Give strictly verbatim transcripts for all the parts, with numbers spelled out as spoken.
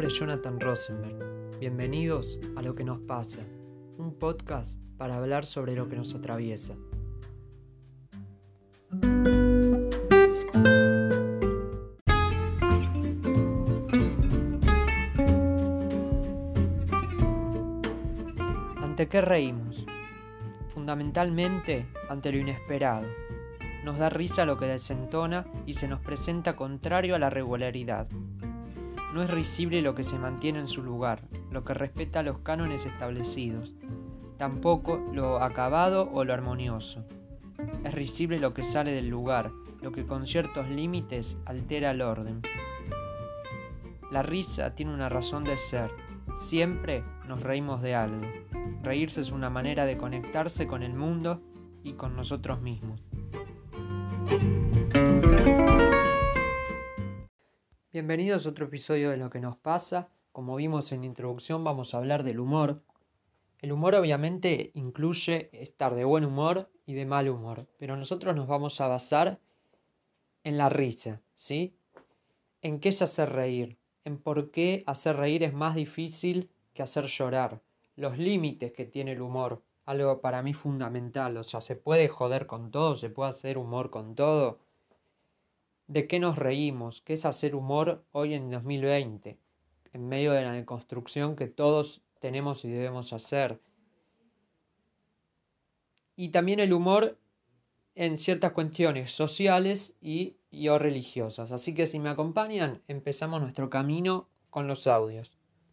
nombre es Jonathan Rosenberg. Bienvenidos a Lo que nos pasa, un podcast para hablar sobre lo que nos atraviesa. ¿Ante qué reímos? Fundamentalmente ante lo inesperado. Nos da risa lo que desentona y se nos presenta contrario a la regularidad. No es risible lo que se mantiene en su lugar, lo que respeta los cánones establecidos, tampoco lo acabado o lo armonioso. Es risible lo que sale del lugar, lo que con ciertos límites altera el orden. La risa tiene una razón de ser. Siempre nos reímos de algo. Reírse es una manera de conectarse con el mundo y con nosotros mismos. Bienvenidos a otro episodio de Lo que nos pasa. Como vimos en la introducción, vamos a hablar del humor. El humor obviamente incluye estar de buen humor y de mal humor, pero nosotros nos vamos a basar en la risa, ¿sí? ¿En qué es hacer reír? En por qué hacer reír es más difícil que hacer llorar. Los límites que tiene el humor, algo para mí fundamental. O sea, ¿se puede joder con todo? ¿Se puede hacer humor con todo? ¿De qué nos reímos? ¿Qué es hacer humor hoy en dos mil veinte? En medio de la deconstrucción que todos tenemos y debemos hacer. Y también el humor en ciertas cuestiones sociales y, y o religiosas. Así que si me acompañan, empezamos nuestro camino con los audios.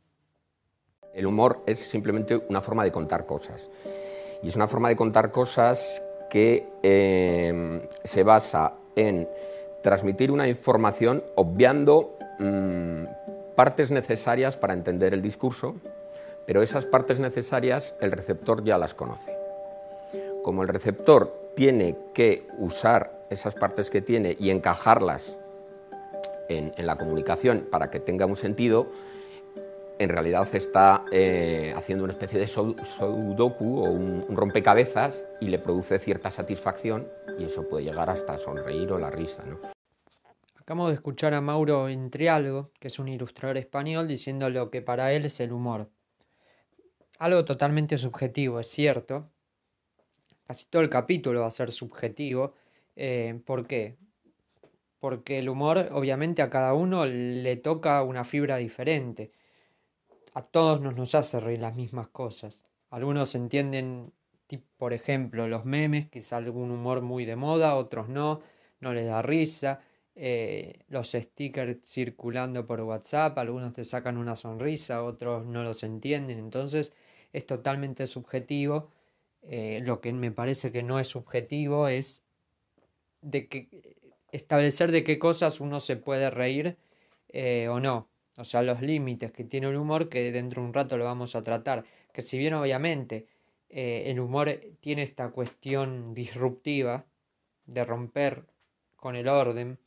El humor es simplemente una forma de contar cosas. Y es una forma de contar cosas que eh, se basa en transmitir una información obviando mmm, partes necesarias para entender el discurso, pero esas partes necesarias el receptor ya las conoce. Como el receptor tiene que usar esas partes que tiene y encajarlas en, en la comunicación para que tenga un sentido, en realidad está eh, haciendo una especie de sudoku o un, un rompecabezas y le produce cierta satisfacción y eso puede llegar hasta sonreír o la risa, ¿no? Acabamos de escuchar a Mauro Entrialgo, que es un ilustrador español, diciendo lo que para él es el humor. Algo totalmente subjetivo, es cierto. Casi todo el capítulo va a ser subjetivo. Eh, ¿Por qué? Porque el humor, obviamente, a cada uno le toca una fibra diferente. A todos nos, nos hace reír las mismas cosas. Algunos entienden, por ejemplo, los memes, que es algún humor muy de moda, otros no, no les da risa. Eh, los stickers circulando por WhatsApp, algunos te sacan una sonrisa, otros no los entienden, entonces es totalmente subjetivo. Eh, lo que me parece que no es subjetivo es de que, establecer de qué cosas uno se puede reír eh, o no, o sea, los límites que tiene el humor, que dentro de un rato lo vamos a tratar, que si bien obviamente eh, el humor tiene esta cuestión disruptiva de romper con el orden,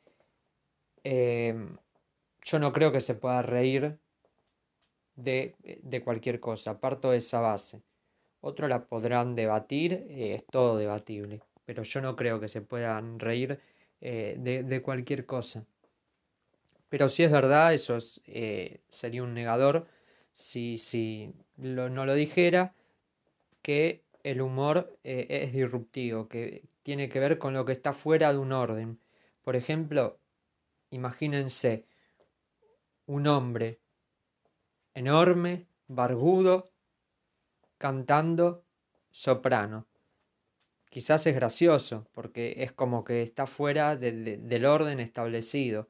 Eh, yo no creo que se pueda reír de, de cualquier cosa, parto de esa base. Otros la podrán debatir, eh, es todo debatible, pero yo no creo que se puedan reír eh, de, de cualquier cosa. Pero si es verdad, eso es, eh, sería un negador si, si lo, no lo dijera, que el humor eh, es disruptivo, que tiene que ver con lo que está fuera de un orden. Por ejemplo, imagínense un hombre enorme, barbudo, cantando soprano. Quizás es gracioso, porque es como que está fuera de, de, del orden establecido.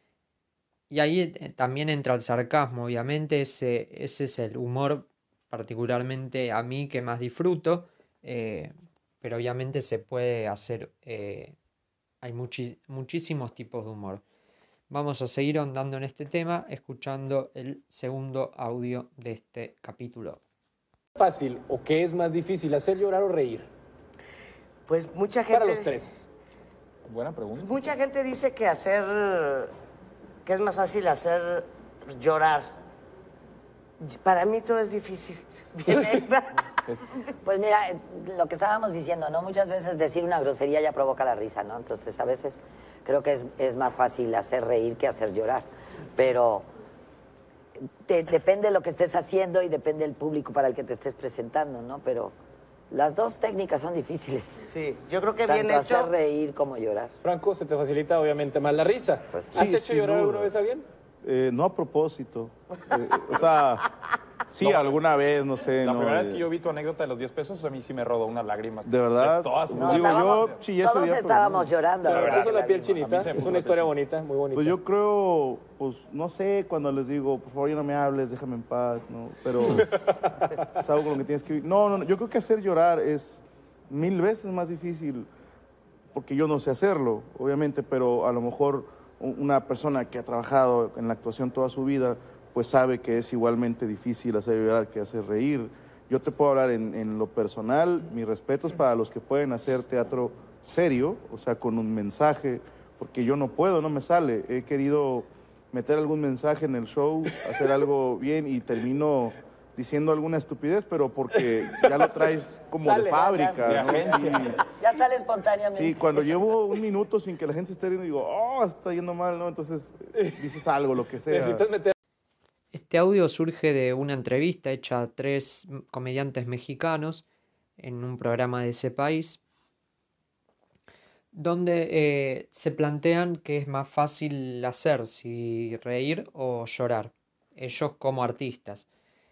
Y ahí también entra el sarcasmo, obviamente, ese, ese es el humor particularmente a mí que más disfruto, eh, pero obviamente se puede hacer, eh, hay muchi- muchísimos tipos de humor. Vamos a seguir ahondando en este tema escuchando el segundo audio de este capítulo. ¿Fácil o qué es más difícil, hacer llorar o reír? Pues mucha gente... Para los tres. Buena pregunta. Mucha gente dice que hacer... que es más fácil hacer llorar. Para mí todo es difícil. Pues mira, lo que estábamos diciendo, ¿no? Muchas veces decir una grosería ya provoca la risa, ¿no? Entonces a veces creo que es, es más fácil hacer reír que hacer llorar. Pero te, depende de lo que estés haciendo y depende del público para el que te estés presentando, ¿no? Pero las dos técnicas son difíciles. Sí, yo creo que Tanto bien hecho. hacer reír como llorar. Franco, se te facilita obviamente más la risa. Pues sí. ¿Has Sí, hecho sin llorar duda. alguna vez a alguien? Eh, no a propósito. Eh, o sea, sí, No. alguna vez, no sé. La no, primera vez eh, que yo vi tu anécdota de los diez pesos, a mí sí me rodó unas lágrimas. De verdad. De todas. No, Digo, estábamos- yo chillé ese todos día, pero estábamos no. llorando. Se me ¿verdad? puso la piel A chinita. mí se me Es puso una la historia piel bonita, muy bonita. Pues yo creo, pues no sé, cuando les digo, por favor ya no me hables, déjame en paz, ¿no? Pero es algo con lo que tienes que vivir. No, no, no, yo creo que hacer llorar es mil veces más difícil, porque yo no sé hacerlo, obviamente, pero a lo mejor u- una persona que ha trabajado en la actuación toda su vida, pues sabe que es igualmente difícil hacer llorar que hacer reír. Yo te puedo hablar en, en lo personal, mis respetos para los que pueden hacer teatro serio, o sea, con un mensaje, porque yo no puedo, no me sale. He querido meter algún mensaje en el show, hacer algo bien y termino diciendo alguna estupidez, pero porque ya lo traes como Sale, de ya, fábrica, ya, ¿no? de agencia. Ya sale espontáneamente. Sí, cuando llevo un minuto sin que la gente esté riendo, digo, oh, está yendo mal, ¿no? Entonces eh, dices algo, lo que sea. Necesitas meter. Este audio surge de una entrevista hecha a tres comediantes mexicanos en un programa de ese país, donde eh, se plantean que es más fácil hacer, si reír o llorar, ellos como artistas.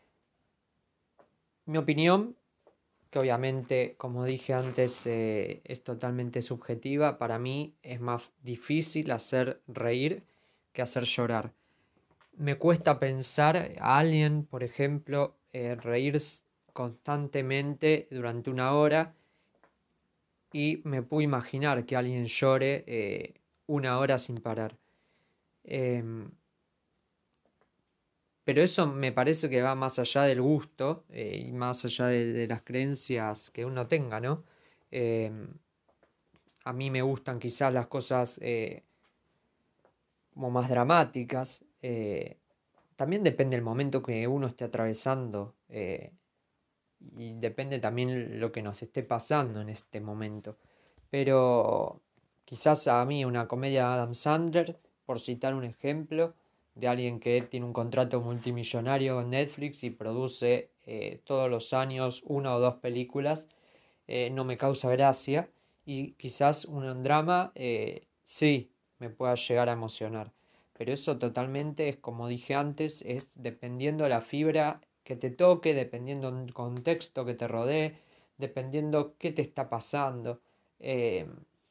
Mi opinión, que obviamente, como dije antes, eh, es totalmente subjetiva, para mí es más difícil hacer reír que hacer llorar. Me cuesta pensar a alguien, por ejemplo, eh, reír constantemente durante una hora y me puedo imaginar que alguien llore eh, una hora sin parar. Eh, pero eso me parece que va más allá del gusto eh, y más allá de, de las creencias que uno tenga, ¿no? Eh, a mí me gustan quizás las cosas eh, como más dramáticas. Eh, también depende del momento que uno esté atravesando eh, y depende también lo que nos esté pasando en este momento. Pero quizás a mí una comedia de Adam Sandler, por citar un ejemplo, de alguien que tiene un contrato multimillonario en Netflix y produce eh, todos los años una o dos películas, eh, no me causa gracia y quizás un drama eh, sí me pueda llegar a emocionar. Pero eso totalmente es, como dije antes, es dependiendo de la fibra que te toque, dependiendo del contexto que te rodee, dependiendo qué te está pasando. Eh,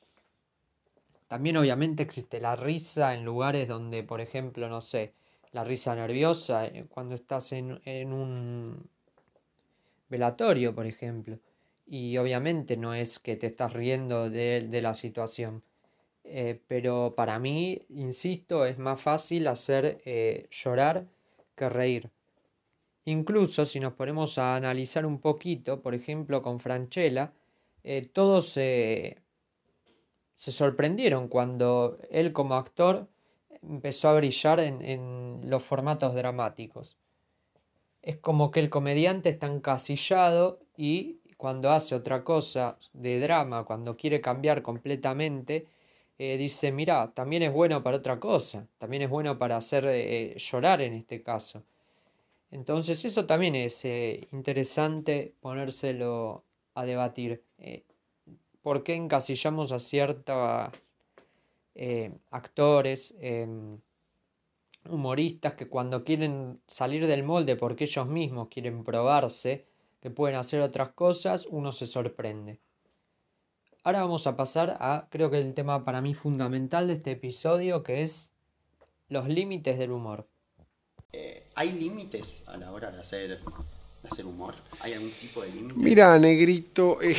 también obviamente existe la risa en lugares donde, por ejemplo, no sé, la risa nerviosa, eh, cuando estás en, en un velatorio, por ejemplo. Y obviamente no es que te estás riendo de, de la situación. Eh, pero para mí, insisto, es más fácil hacer eh, llorar que reír. Incluso si nos ponemos a analizar un poquito, por ejemplo con Francella, eh, todos eh, se sorprendieron cuando él como actor empezó a brillar en, en los formatos dramáticos. Es como que el comediante está encasillado y cuando hace otra cosa de drama, cuando quiere cambiar completamente, eh, dice, mira, también es bueno para otra cosa, también es bueno para hacer eh, llorar en este caso. Entonces eso también es eh, interesante ponérselo a debatir. Eh, ¿Por qué encasillamos a ciertos eh, actores, eh, humoristas que cuando quieren salir del molde porque ellos mismos quieren probarse que pueden hacer otras cosas, uno se sorprende? Ahora vamos a pasar a, creo que el tema para mí fundamental de este episodio, que es los límites del humor. Eh, ¿Hay límites a la hora de hacer, de hacer humor? ¿Hay algún tipo de límite? Mira, negrito. eh.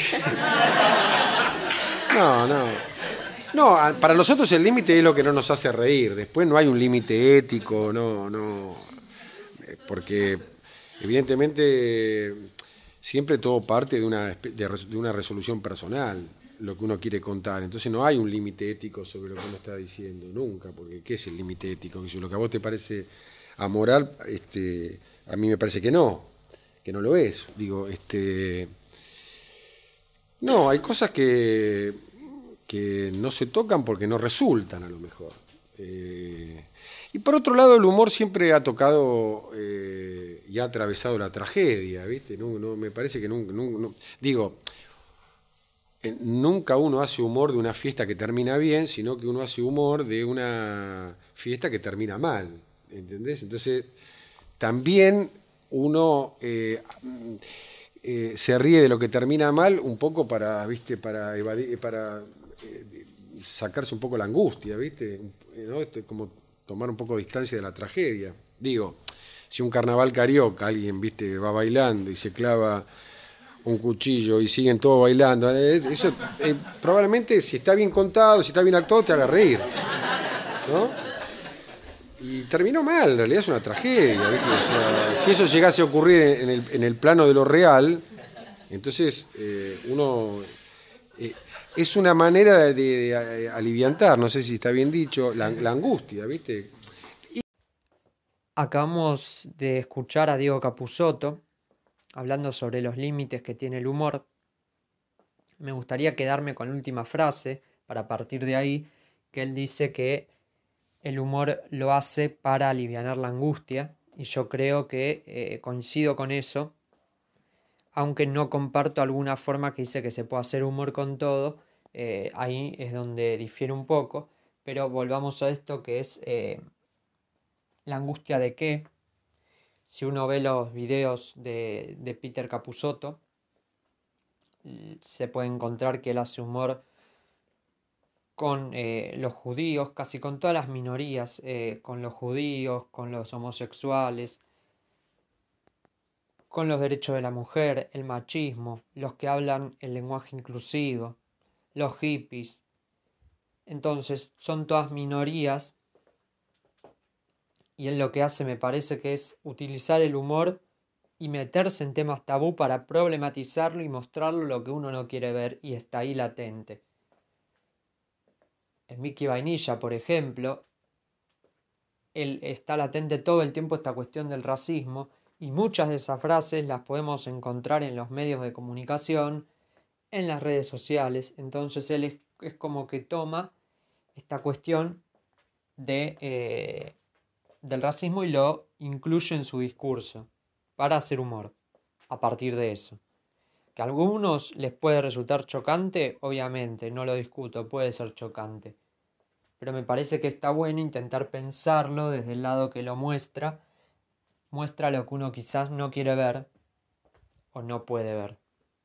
No, no. No, a- para nosotros el límite es lo que no nos hace reír. Después no hay un límite ético, no, no. Eh, Porque evidentemente siempre todo parte de una, espe- de res- de una resolución personal, lo que uno quiere contar. Entonces no hay un límite ético sobre lo que uno está diciendo, nunca, porque ¿qué es el límite ético? Que si lo que a vos te parece amoral, este, a mí me parece que no, que no lo es. Digo, este, no, hay cosas que, que no se tocan porque no resultan a lo mejor. Eh, Y por otro lado, el humor siempre ha tocado eh, y ha atravesado la tragedia, ¿viste? No, no, me parece que nunca, nunca no, digo, eh, nunca uno hace humor de una fiesta que termina bien, sino que uno hace humor de una fiesta que termina mal, ¿entendés? Entonces, también uno eh, eh, se ríe de lo que termina mal un poco para, ¿viste? Para evadir, para eh, sacarse un poco la angustia, ¿viste? ¿No? Esto es como tomar un poco de distancia de la tragedia. Digo, si un carnaval carioca, alguien, viste, va bailando y se clava un cuchillo y siguen todos bailando, eso eh, probablemente, si está bien contado, si está bien actuado, te haga reír, ¿no? Y terminó mal, en realidad es una tragedia, ¿viste? O sea, si eso llegase a ocurrir en el, en el plano de lo real, entonces eh, uno... Eh, es una manera de, de, de aliviantar, no sé si está bien dicho, la, la angustia, ¿viste? Y... Acabamos de escuchar a Diego Capusotto hablando sobre los límites que tiene el humor. Me gustaría quedarme con la última frase, para partir de ahí, que él dice que el humor lo hace para alivianar la angustia, y yo creo que eh, coincido con eso, aunque no comparto alguna forma que dice que se puede hacer humor con todo. Eh, ahí es donde difiere un poco, pero volvamos a esto que es eh, la angustia de qué. Si uno ve los videos de, de Peter Capusotto, se puede encontrar que él hace humor con eh, los judíos, casi con todas las minorías, eh, con los judíos, con los homosexuales, con los derechos de la mujer, el machismo, los que hablan el lenguaje inclusivo, los hippies. Entonces son todas minorías, y él lo que hace, me parece, que es utilizar el humor y meterse en temas tabú para problematizarlo y mostrarlo lo que uno no quiere ver y está ahí latente. En Mickey Vainilla, por ejemplo, él está latente todo el tiempo esta cuestión del racismo, y muchas de esas frases las podemos encontrar en los medios de comunicación, en las redes sociales. Entonces él es, es como que toma esta cuestión de, eh, del racismo y lo incluye en su discurso para hacer humor a partir de eso. Que a algunos les puede resultar chocante, obviamente, no lo discuto, puede ser chocante. Pero me parece que está bueno intentar pensarlo desde el lado que lo muestra, muestra lo que uno quizás no quiere ver o no puede ver.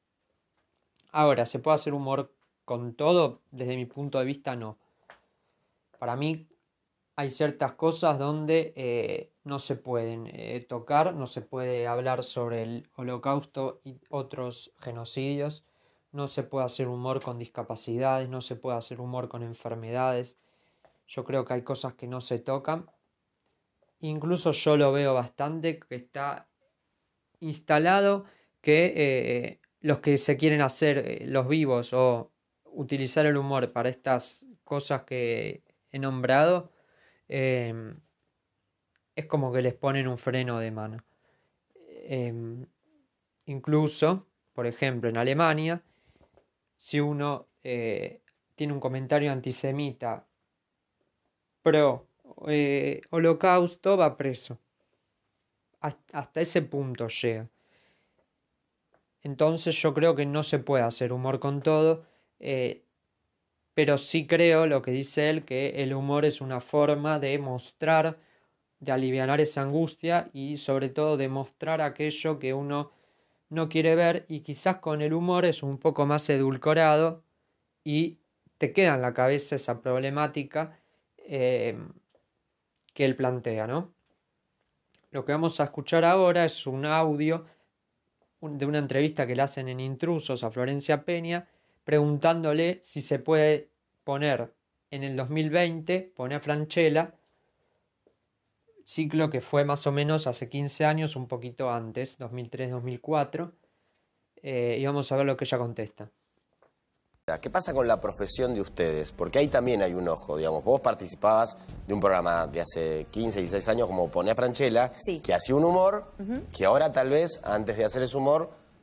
Ahora, ¿se puede hacer humor con todo? Desde mi punto de vista, no. Para mí hay ciertas cosas donde eh, no se pueden eh, tocar, no se puede hablar sobre el Holocausto y otros genocidios, no se puede hacer humor con discapacidades, no se puede hacer humor con enfermedades. Yo creo que hay cosas que no se tocan. Incluso yo lo veo bastante, que está instalado que eh, los que se quieren hacer eh, los vivos o utilizar el humor para estas cosas que he nombrado, eh, es como que les ponen un freno de mano. Eh, incluso, por ejemplo, en Alemania, si uno eh, tiene un comentario antisemita pro eh, holocausto, va preso. Hasta ese punto llega. Entonces yo creo que no se puede hacer humor con todo, eh, pero sí creo, lo que dice él, que el humor es una forma de mostrar, de alivianar esa angustia y sobre todo de mostrar aquello que uno no quiere ver, y quizás con el humor es un poco más edulcorado y te queda en la cabeza esa problemática eh, que él plantea, ¿no? Lo que vamos a escuchar ahora es un audio de una entrevista que le hacen en Intrusos a Florencia Peña, preguntándole si se puede poner en el dos mil veinte, poner a Francella, ciclo que fue más o menos hace quince años, un poquito antes, dos mil tres dos mil cuatro, eh, y vamos a ver lo que ella contesta. ¿Qué pasa con la profesión de ustedes? Porque ahí también hay un ojo, digamos. Vos participabas de un programa de hace quince, dieciséis años como Poné a Francella, sí, que hacía un humor, uh-huh, que ahora tal vez, antes de hacer ese humor,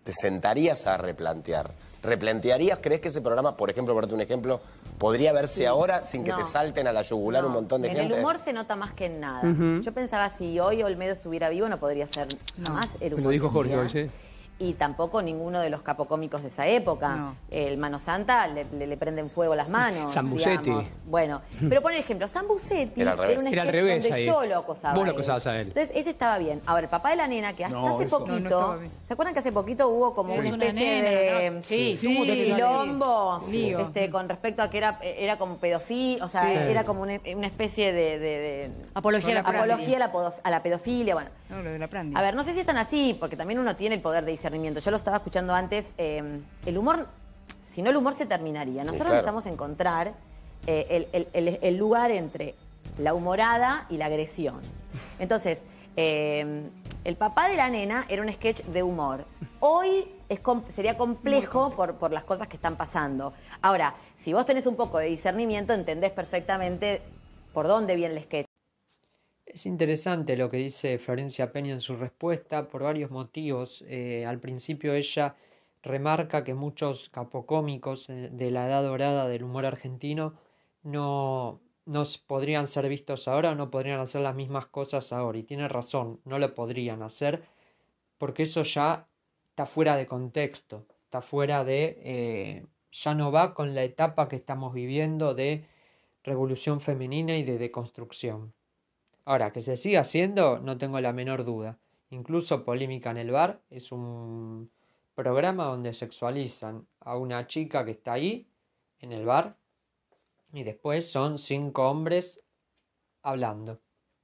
te sentarías a replantear. ¿Replantearías? ¿Crees que ese programa, por ejemplo, por darte un ejemplo, podría verse Sí. ahora sin que No. te salten a la yugular No, un montón de en gente? el humor se nota más que en nada. Ujú. Yo pensaba, si hoy Olmedo estuviera vivo, no podría ser jamás el humor Lo dijo que Jorge hacía. hoy, sí. Y tampoco ninguno de los capocómicos de esa época. No. El Mano Santa le, le, le prenden fuego las manos. Zambucetti. digamos. Bueno, pero por ejemplo, Zambucetti Era al revés. un Era al sketch revés donde ahí. yo lo acosaba. Vos lo a él. acosabas a él. Entonces, ese estaba bien. Ahora, el papá de la nena, que hasta No, hace eso- poquito. No, no estaba bien. ¿Se acuerdan que hace poquito hubo como Sí. una Una especie nena, de, ¿no? Sí, de sí. quilombo Lío. este, con respecto a que era, era como pedofilia? O sea, Sí. era como una, una especie de, de- de- Apología a la apología pedofilia. a la, podo- a la pedofilia. Bueno, No, lo de la Prandi. a ver, no sé si están así, porque también uno tiene el poder de discernimiento. Yo lo estaba escuchando antes. eh, el humor, si no el humor se terminaría. Nosotros claro. necesitamos encontrar eh, el, el- el- el lugar entre la humorada y la agresión. Entonces, eh, el papá de la nena era un sketch de humor. Hoy es com- sería complejo por, por las cosas que están pasando. Ahora, si vos tenés un poco de discernimiento, entendés perfectamente por dónde viene el sketch. Es interesante lo que dice Florencia Peña en su respuesta por varios motivos. Eh, al principio ella remarca que muchos capocómicos eh, de la edad dorada del humor argentino no, no s- podrían ser vistos ahora o no podrían hacer las mismas cosas ahora. Y tiene razón, no lo podrían hacer porque eso ya está fuera de contexto, está fuera de... eh, ya no va con la etapa que estamos viviendo de revolución femenina y de deconstrucción. Ahora, que se siga haciendo, no tengo la menor duda. Incluso Polémica en el Bar es un programa donde sexualizan a una chica que está ahí, en el bar, y después son cinco hombres hablando.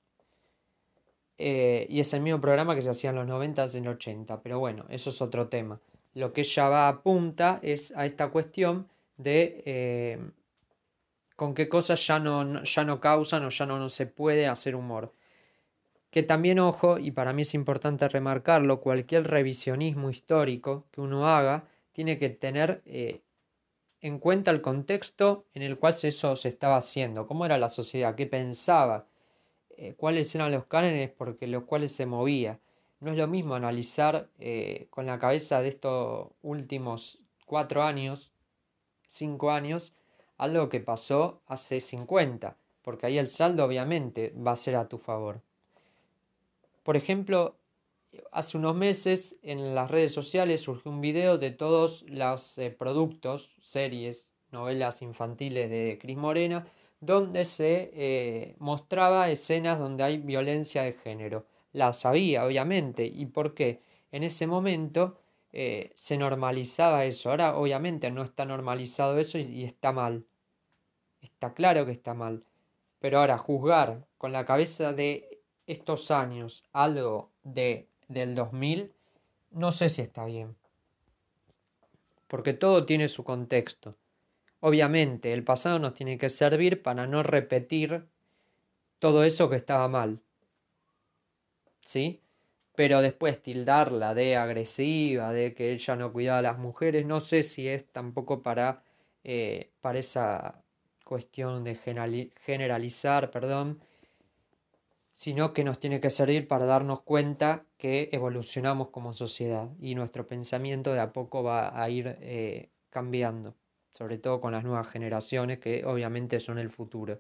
Eh, y es el mismo programa que se hacía en los noventa y en los ochenta, pero bueno, eso es otro tema. Lo que ella va apunta es a esta cuestión de eh, con qué cosas ya no, ya no causan o ya no, no se puede hacer humor. Que también, ojo, y para mí es importante remarcarlo, cualquier revisionismo histórico que uno haga tiene que tener eh, en cuenta el contexto en el cual eso se estaba haciendo, cómo era la sociedad, qué pensaba, eh, cuáles eran los cánones por los cuales se movía. No es lo mismo analizar eh, con la cabeza de estos últimos cuatro años, cinco años, algo que pasó hace cincuenta, porque ahí el saldo obviamente va a ser a tu favor. Por ejemplo, hace unos meses en las redes sociales surgió un video de todos los eh, productos, series, novelas infantiles de Cris Morena, donde se eh, mostraba escenas donde hay violencia de género. Las había, obviamente. ¿Y por qué? En ese momento eh, se normalizaba eso. Ahora, obviamente, no está normalizado eso y, y está mal. Está claro que está mal. Pero ahora, juzgar con la cabeza de estos años algo de, del dos mil, no sé si está bien. Porque todo tiene su contexto. Obviamente, el pasado nos tiene que servir para no repetir todo eso que estaba mal. ¿Sí? Pero después tildarla de agresiva, de que ella no cuidaba a las mujeres, no sé si es tampoco para, eh, para esa cuestión de generalizar, perdón, sino que nos tiene que servir para darnos cuenta que evolucionamos como sociedad y nuestro pensamiento de a poco va a ir eh, cambiando, sobre todo con las nuevas generaciones que obviamente son el futuro.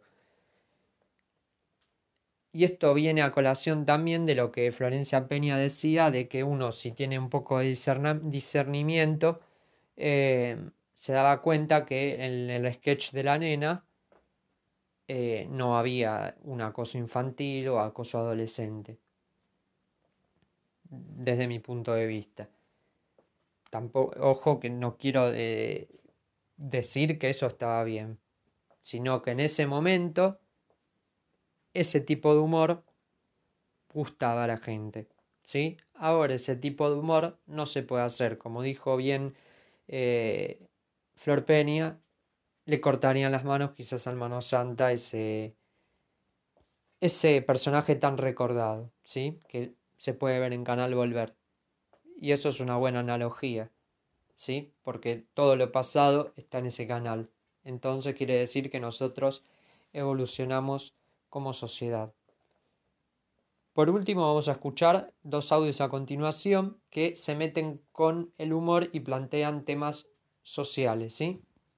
Y esto viene a colación también de lo que Florencia Peña decía, de que uno, si tiene un poco de discernimiento, eh, se daba cuenta que en el sketch de la nena eh, no había un acoso infantil o acoso adolescente, desde mi punto de vista. Tampoco, ojo, que no quiero eh, decir que eso estaba bien, sino que en ese momento ese tipo de humor gustaba a la gente, ¿sí? Ahora ese tipo de humor no se puede hacer. Como dijo bien eh, Flor Peña, le cortarían las manos quizás al Mano Santa ese, ese personaje tan recordado, ¿sí? Que se puede ver en Canal Volver. Y eso es una buena analogía, ¿sí? Porque todo lo pasado está en ese canal. Entonces quiere decir que nosotros evolucionamos como sociedad. Por último, vamos a escuchar dos audios a continuación que se meten con el humor y plantean temas sociales, ¿sí?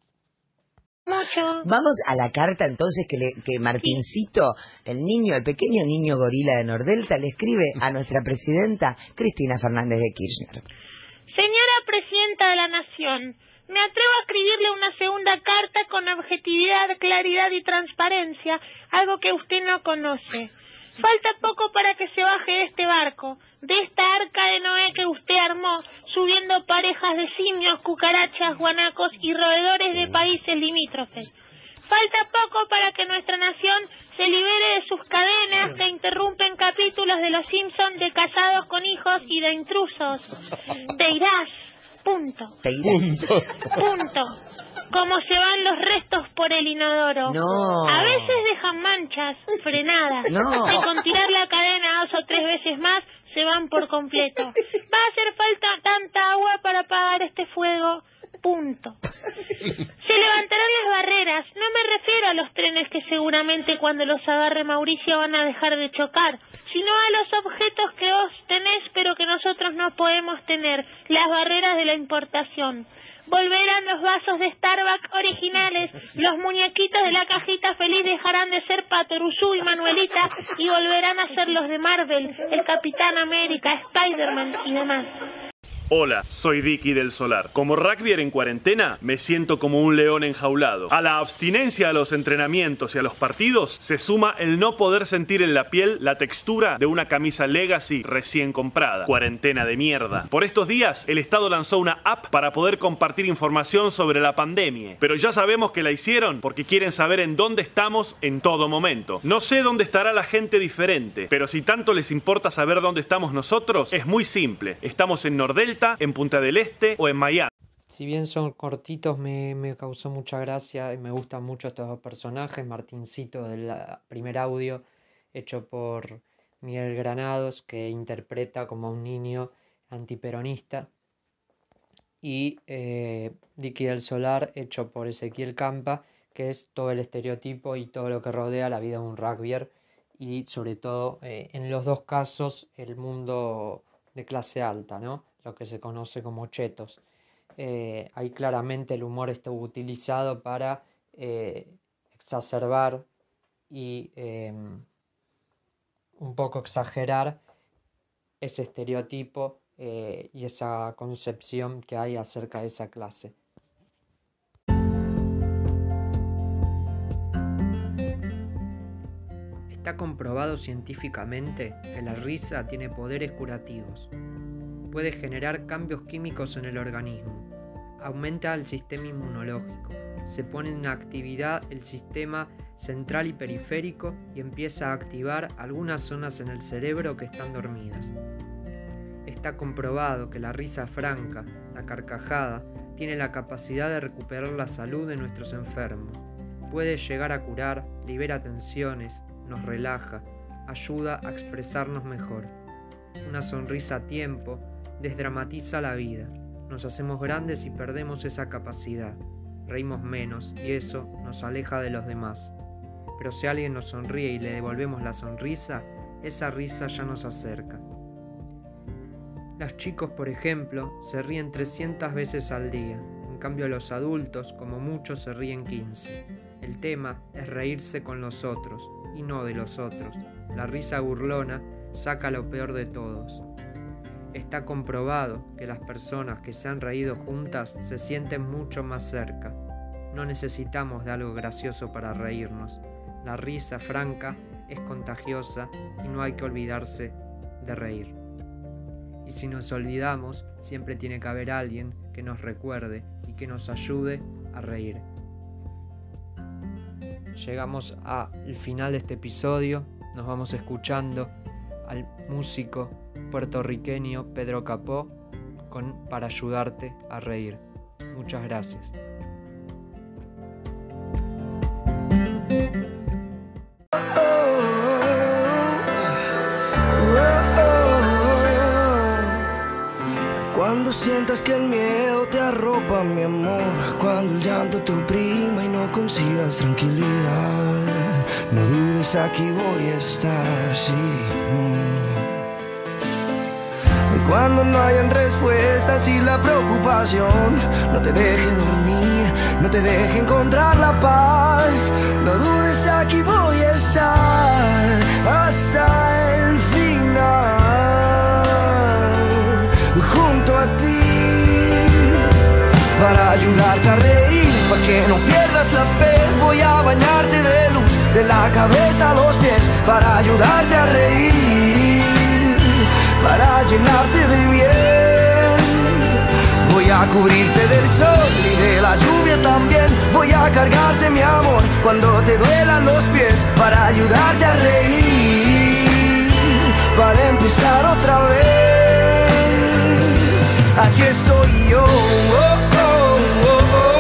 Mucho. Vamos a la carta entonces que, le, que Martincito, el niño, el pequeño niño gorila de Nordelta, le escribe a nuestra presidenta Cristina Fernández de Kirchner. Señora Presidenta de la Nación, me atrevo a escribirle una segunda carta con objetividad, claridad y transparencia, algo que usted no conoce. Falta poco para que se baje de este barco, de esta arca de Noé que usted armó, subiendo parejas de simios, cucarachas, guanacos y roedores de países limítrofes. Falta poco para que nuestra nación se libere de sus cadenas que interrumpen capítulos de Los Simpsons de casados con hijos y de intrusos. Te irás. Punto. Te irás. Punto. Punto. Como se van los restos por el inodoro. No. A veces dejan manchas, frenadas. No. Y con tirar la cadena dos o tres veces más, se van por completo. Va a hacer falta tanta agua para apagar este fuego. Punto. Se levantarán las barreras. No me refiero a los trenes que seguramente cuando los agarre Mauricio van a dejar de chocar, sino a los objetos que vos tenés pero que nosotros no podemos tener, las barreras de la importación. Volverán los vasos de Starbucks originales, los muñequitos de la cajita feliz dejarán de ser Patoruzú y Manuelita y volverán a ser los de Marvel, el Capitán América, Spider-Man y demás. Hola, soy Dicky del Solar. Como rugbyer en cuarentena, me siento como un león enjaulado. A la abstinencia a los entrenamientos y a los partidos se suma el no poder sentir en la piel la textura de una camisa Legacy recién comprada. Cuarentena de mierda. Por estos días, el Estado lanzó una app para poder compartir información sobre la pandemia. Pero ya sabemos que la hicieron porque quieren saber en dónde estamos en todo momento. No sé dónde estará la gente diferente, pero si tanto les importa saber dónde estamos nosotros, es muy simple. Estamos en Nordelta, en Punta del Este o en Miami. Si bien son cortitos, me, me causó mucha gracia y me gustan mucho estos dos personajes. Martincito del primer audio, hecho por Miguel Granados, que interpreta como un niño antiperonista. Y eh, Dicky del Solar, hecho por Ezequiel Campa, que es todo el estereotipo y todo lo que rodea la vida de un rugbyer. Y sobre todo, eh, en los dos casos, el mundo de clase alta, ¿no? Lo que se conoce como chetos. Eh, ahí claramente el humor está utilizado para eh, exacerbar y eh, un poco exagerar ese estereotipo eh, y esa concepción que hay acerca de esa clase. Está comprobado científicamente que la risa tiene poderes curativos. Puede generar cambios químicos en el organismo, aumenta el sistema inmunológico, se pone en actividad el sistema central y periférico y empieza a activar algunas zonas en el cerebro que están dormidas. Está comprobado que la risa franca, la carcajada, tiene la capacidad de recuperar la salud de nuestros enfermos. Puede llegar a curar, libera tensiones, nos relaja, ayuda a expresarnos mejor. Una sonrisa a tiempo desdramatiza la vida, nos hacemos grandes y perdemos esa capacidad, reímos menos y eso nos aleja de los demás. Pero si alguien nos sonríe y le devolvemos la sonrisa, esa risa ya nos acerca. Los chicos, por ejemplo, se ríen trescientas veces al día, en cambio los adultos, como muchos, se ríen quince. El tema es reírse con los otros y no de los otros. La risa burlona saca lo peor de todos. Está comprobado que las personas que se han reído juntas se sienten mucho más cerca. No necesitamos de algo gracioso para reírnos. La risa franca es contagiosa y no hay que olvidarse de reír. Y si nos olvidamos, siempre tiene que haber alguien que nos recuerde y que nos ayude a reír. Llegamos al final de este episodio. Nos vamos escuchando al músico puertorriqueño Pedro Capó con Para ayudarte a reír. Muchas gracias. Cuando sientas que el miedo te arropa, mi amor, cuando el llanto te oprima y no consigas tranquilidad, no dudes, aquí voy a estar, sí. Cuando no hayan respuestas y la preocupación no te deje dormir, no te deje encontrar la paz, no dudes, aquí voy a estar hasta el final, junto a ti, para ayudarte a reír, para que no pierdas la fe. Voy a bañarte de luz, de la cabeza a los pies, para ayudarte a reír, para llenarte de bien. Voy a cubrirte del sol y de la lluvia también. Voy a cargarte, mi amor, cuando te duelan los pies, para ayudarte a reír, para empezar otra vez. Aquí estoy yo, oh, oh, oh, oh.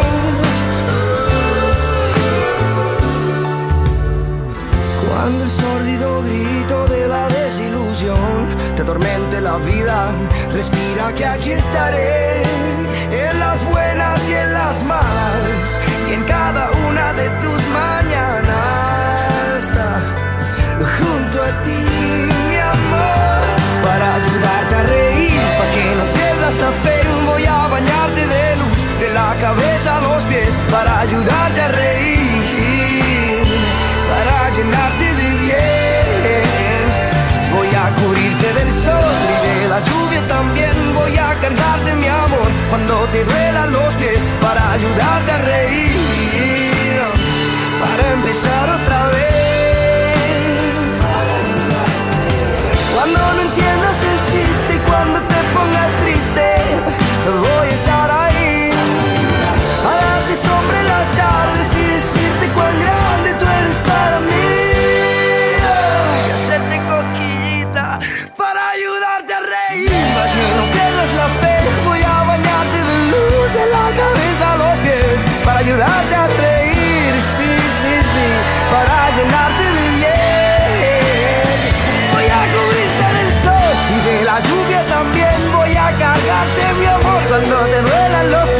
Cuando el sórdido grito de la desilusión te atormente la vida, respira que aquí estaré, en las buenas y en las malas, y en cada una de tus mañanas, junto a ti, mi amor, para ayudarte a reír, para que no pierdas la fe. Voy a bañarte de luz, de la cabeza a los pies, para ayudarte a reír, para llenarte de bien. Voy a cubrirte del sol y de la lluvia también. Voy a cargarte, mi amor, cuando te duelan los pies, para ayudarte a reír, para empezar otra vez. Cuando no entiendas el chiste y cuando te pongas triste, voy a estar ahí, a darte sombra en las tardes y decirte cuán grande tú eres para mí, y hacerte coquillita para ayudarte a reír, para que no pierdas la fe. Voy a bañarte de luz, de la cabeza a los pies, para ayudarte a reír, sí, sí, sí, para llenarte de bien. Voy a cubrirte del sol y de la lluvia también. Voy a cargarte, mi amor, cuando te duelan los